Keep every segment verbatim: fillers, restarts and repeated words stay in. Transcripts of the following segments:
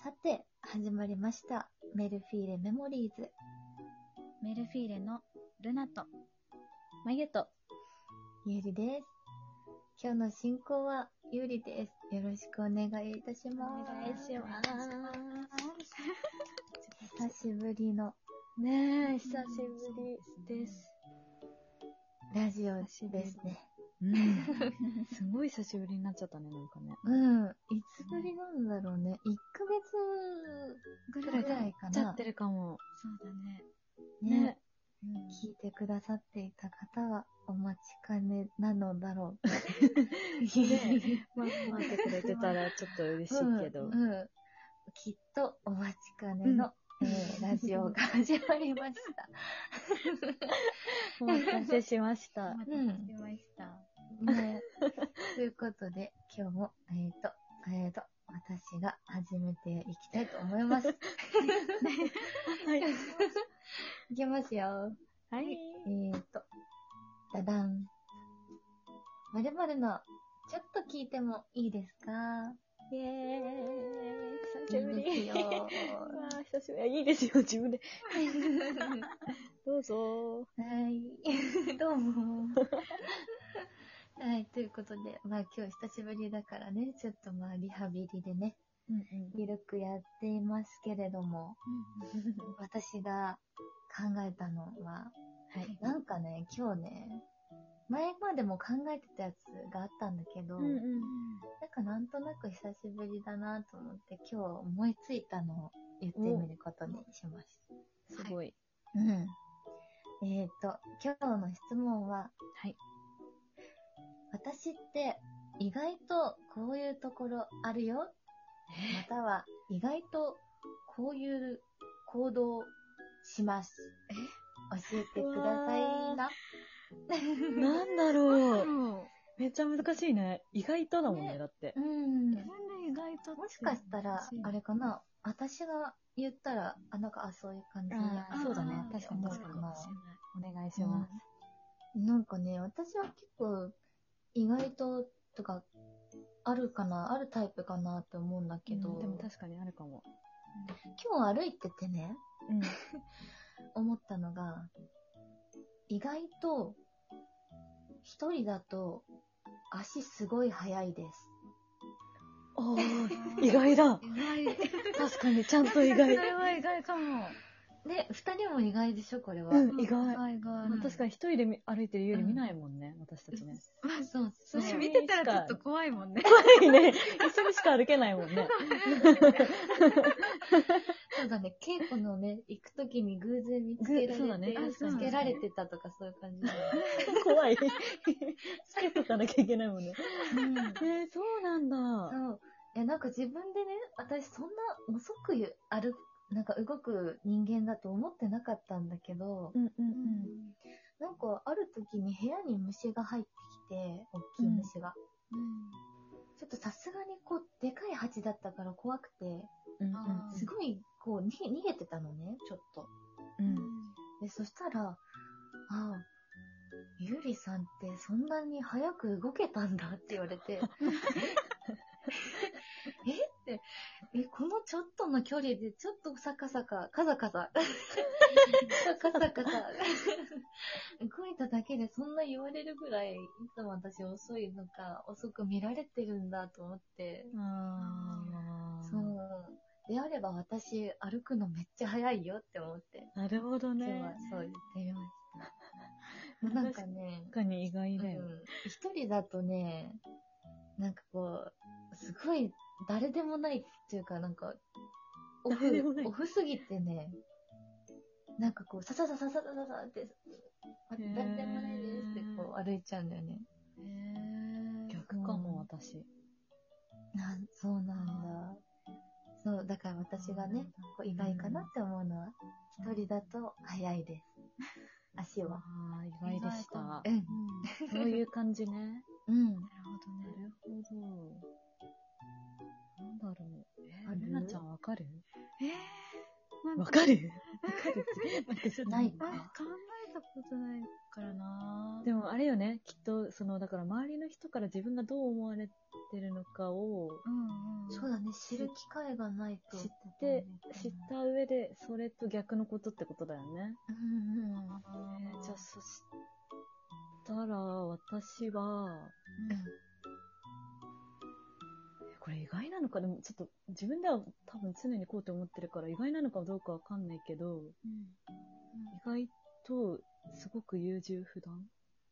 さて、始まりました。メルフィーレメモリーズ。 メルフィーレのルナとマユとゆりです。今日の進行はゆりです。よろしくお願いいたします。 お願いします。 久しぶりのねえ、久しぶりです。 ラジオですね。 うん。すごい久しぶりになっちゃったね、なんかね。 うん。いつぶりなんだろうね。いっかげつぐらいかな。 ちゃってるかも。 そうだね。 ね。 ね、うん、聞いてくださっていた方はお待ちかねなのだろう。 ね、まあ、待ってくれてたらちょっと嬉しいけど。 うんうん、きっとお待ちかねの、うん、えー、ラジオが始まりました。 お待たせしました。 お待たせしました。 うん、ね。ということで、今日も、えっ、ー、と、えっ、ー、と、私が始めていきたいと思います。はい。いきますよ。 はい。 えっ、ー、と、ダダン。〇〇の、ちょっと聞いてもいいですか？ イエーイ。久しぶり。 いいですよ。わあ、久しぶり。いいですよ、自分で。どうぞ。 はい。どうも。はい、ということで、まあ今日久しぶりだからね、ちょっとまあリハビリでね、うんうん、ゆるくやっていますけれども、私が考えたのは、はい、なんかね、今日ね、前までも考えてたやつがあったんだけど、うんうん、なんかなんとなく久しぶりだなと思って今日思いついたのを言ってみることにしました。 すごい。 うん。えっと、今日の質問は、はい。私って意外とこういうところあるよ。または意外とこういう行動します。え？教えてくださいな。 なんだろう。めっちゃ難しいね。意外とだもんね、ね、だって。 うん。 自分で意外とって。 もしかしたら、あれかな、私が言ったら、あ、なんか、あ、そういう感じ。 ああ、そうだね。確かに確かに。お願いします、 うん。なんかね、私は結構、意外と、とか、あるかな、あるタイプかなって思うんだけど。うん、 でも確かにあるかも。 今日歩いててね、うん、思ったのが、意外と、一人だと、足すごい速いです。 おー、意外だ。意外。確かに、ちゃんと意外。 それは意外かも。で、二人も意外でしょ、これは。 うん、意外。意外、まあ、確かに一人で歩いてるより見ないもんね、うん、私たちね。 まあ、そう、 それ見てたらちょっと怖いもんね。 怖いね。一緒にしか歩けないもんね。 そうだね、稽古のね、行くときに偶然見つけられて、ね、つけられてたとかそういう感じだね。 怖い。つけとかなきゃいけないもんね。うん、えー、そうなんだ。 そう。いや、なんか自分でね、私そんな遅く歩く、なんか動く人間だと思ってなかったんだけど、うんうんうん、なんかある時に部屋に虫が入ってきて、大きい虫が。うんうん、ちょっとさすがにこう、でかい蜂だったから怖くて、うんうん、すごいこう逃げ、逃げてたのね、ちょっと。うん、で、そしたら、ああ、ゆりさんってそんなに早く動けたんだって言われて、えって、え、このちょっとの距離でちょっとサカサカ、カサカサ、カサカサ、動いただけでそんな言われるぐらい、いつも私遅いのか、遅く見られてるんだと思って。あそう。であれば私、歩くのめっちゃ早いよって思って。 なるほどね。 今日はそう言ってみました。なんかね、 確かに意外だよ。うん、 一人だとね、なんかこう、すごい誰でもないっていうか、なんか、オフ、オフすぎてね、なんかこう、ささささささささって、誰でもないですってこう歩いちゃうんだよね。 へー。逆かも、私。 なん、そうなんだ。そう、だから私がね、こう意外かなって思うのは、一人だと早いです。足は。 ああ、意外でした。うん。 そういう感じね。 うん。 なるほどね。なるほど。なんだろう。えー、ルナちゃんわかる？えー、わかる？わかるってちょっとないか。考えたことないからな。でもあれよね、きっと、その、だから周りの人から自分がどう思われてるのかを、 うんうん、そうだね、知る機会がないと。 知って、知った上で、それと逆のことってことだよね。 うんうん。 えー、じゃあ、そしたら、私は、うん、これ意外なのか、でもちょっと自分では多分常にこうと思ってるから意外なのかどうかわかんないけど、うん、意外とすごく優柔不断。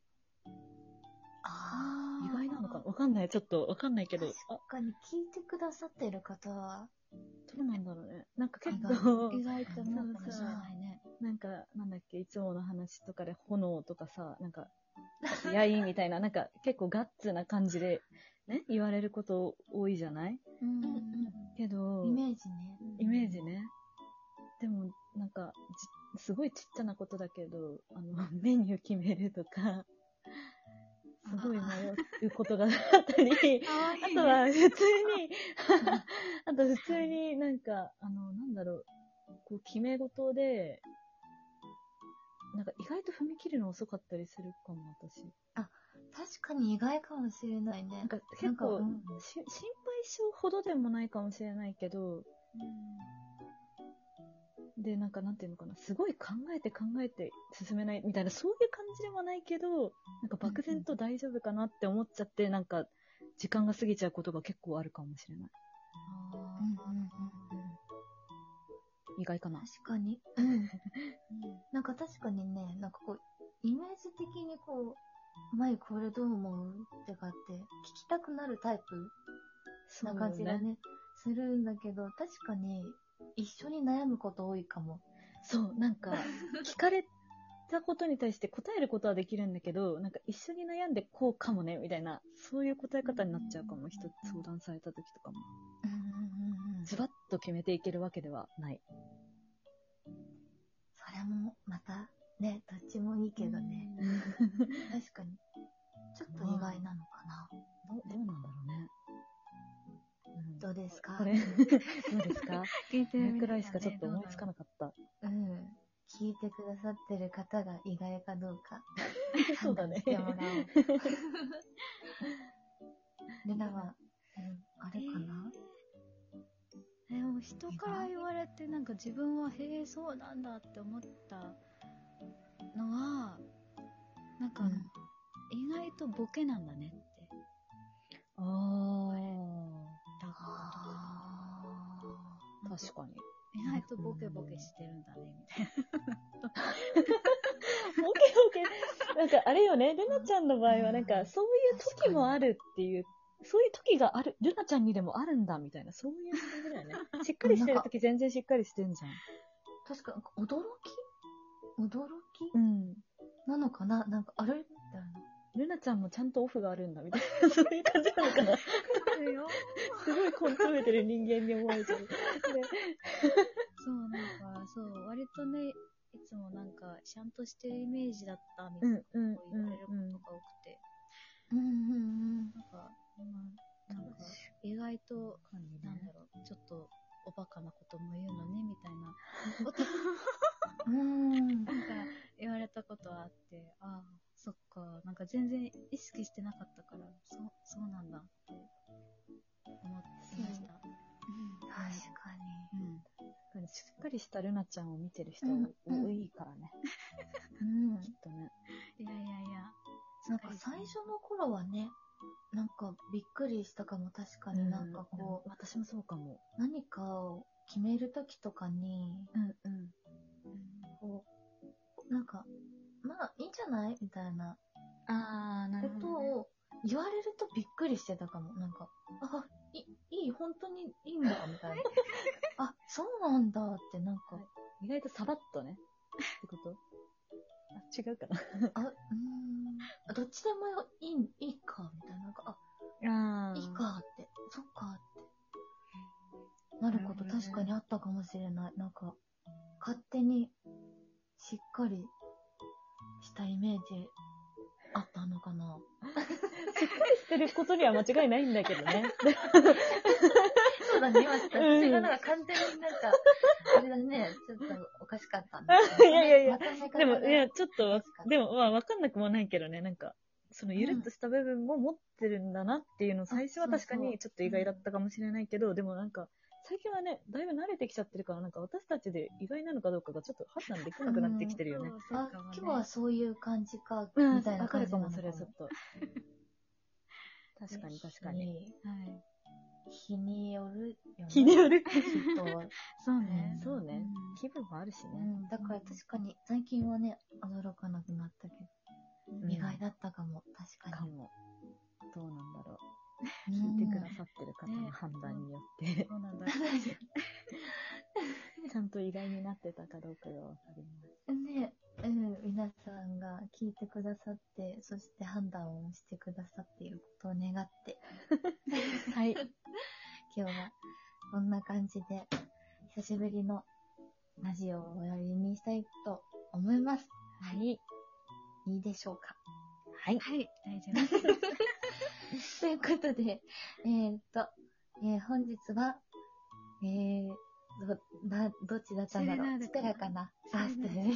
あ意外なのかなわかんない。ちょっとわかんないけど。 確かに聞いてくださってる方は、 どうなんだろうね。なんか結構、 意外と思うかもしれないね。 なんか、なんだっけ、いつもの話とかで炎とかさ、なんか、やいみたいな、なんか結構ガッツな感じで、ね、言われること多いじゃない？うんうんうん。けど、 イメージね。 イメージね。でも、なんか、すごいちっちゃなことだけど、あの、メニュー決めるとか、すごい迷うことがあったり、あとは普通に、あと普通になんか、あの、なんだろう、こう決め事で、なんか意外と踏み切るの遅かったりするかも、私。 あ、確かに意外かもしれないね。 なんか結構、うん、心配性ほどでもないかもしれないけど、うん、で、なんかなんていうのかな、すごい考えて考えて進めないみたいな、そういう感じでもないけど、なんか漠然と大丈夫かなって思っちゃって、なんか時間が過ぎちゃうことが結構あるかもしれない。あうんうんうん、意外かな。 確かに。うん。なんか確かにね、なんかこう、イメージ的にこう、マイこれどう思うってかって、聞きたくなるタイプな感じがね、ねするんだけど、確かに一緒に悩むこと多いかも。 そう、なんか、聞かれたことに対して答えることはできるんだけど、なんか一緒に悩んでこうかもね、みたいな、そういう答え方になっちゃうかも、人相談された時とかも。うんうんうん、ズバッと決めていけるわけではない。 それもまたね、どっちもいいけどね。確かに。ちょっと意外なのかな。 ど, どうなんだろうね。 うん、どうですかこれ、どうですか聞いてるくらいしかちょっと思いつかなかった。 うん。聞いてくださってる方が意外かどうか。 そうだね。 してもらおう。ルナは、うん、あれかな、 えー、でも人から言われてなんか自分はへえそうなんだって思ったのはなんか、うん、意外とボケなんだねってああ確かに意外とボケボケしてるんだねみたいなボケボケなんかあれよね、ルナちゃんの場合はなんかそういう時もあるっていう、そういう時がある、ルナちゃんにでもあるんだみたいな、そういう感じだよね。しっかりしてる時全然しっかりしてんじゃん。 確か驚き驚き、うん、なのかな、なんかあれみたいな。 ルナちゃんもちゃんとオフがあるんだみたいな、そういう感じなのかな。すごいコントロールてる人間に思えちゃう。でそうなんかそう割とね。いつもなんかちゃんとしてるイメージだったみたいなことを言われることが多くて、うんうんうん、なんか、うん、なんか意外と、なんだろう、ちょっとおバカなことも言うのねみたいなことうんなんか言われたことはあって、ああそっか、なんか全然意識してなかったから、そうそうなんだって思ってました。 うん、確かに。うんしっかりしたルナちゃんを見てる人多いからね。うん、うん、きっとね。 いやいやいや。 なんか最初の頃はね、なんかびっくりしたかも、確かになんかこう、 うん、私もそうかも。 何かを決めるときとかに、うんうん、こう、なんか、まあいいんじゃないみたいな、あー、なるほど、ね、ことを言われるとびっくりしてたかも。なんか、あ、いいい、本当にいいんだ、みたいな。あ、そうなんだってなんか、はい、 意外とサバッとねってことあ、違うかなあ、うーん、どっちでもいい、いいかみたいな、なんか、あ、いいかって、そっかってなること確かにあったかもしれない。なんか、勝手にしっかりしたイメージあったのかな。 しっかりしてることには間違いないんだけどね。 そうだね、今私がなんか完全になんか、あれだね、ちょっとおかしかったんだ。 いやいやいや、でも、いや、ちょっと、でも、まあ、わかんなくもないけどね、なんか、 そのゆるっとした部分も持ってるんだなっていうのを最初は確かにちょっと意外だったかもしれないけど、でもなんか、最近はね、だいぶ慣れてきちゃってるから、なんか私たちで意外なのかどうかがちょっと判断できなくなってきてるよね。 うん、あ、今日はそういう感じか、 うん、 みたいな感じなのかも。 わかるかも、それはちょっと。確かに確かに。 はい。 日によるよね。 日による。 そうね。 そうね。気分もあるしね。 うん、だから確かに、最近はね、驚かなくなったけど、意外だったかも、確かに。 かも。どうなんだろう。聞いてくださってる方の判断によって、 そうなんだ。 ちゃんと意外になってたかどうかがわかります。 ね、うん、皆さんが聞いてくださって、そして判断をしてくださっていることを願って、 はい。 今日はこんな感じで、久しぶりのラジオを終わりにしたいと思います。 はい。 いいでしょうか。 はい。 はい、大丈夫です。 ということで、えー、っと、えー、本日は、えー、ど、な、どっちだったんだろう。ステラかな。あ、ステラね。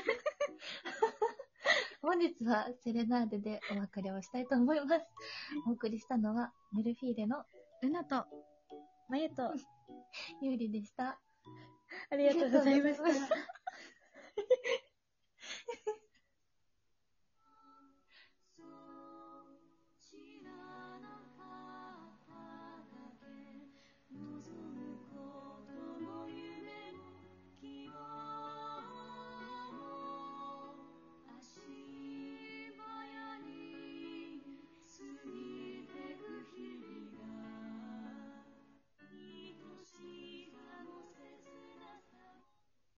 本日はセレナーデでお別れをしたいと思います。お送りしたのは、メルフィーレのルナと、 マユと、 ゆうりでした。 ありがとうございました。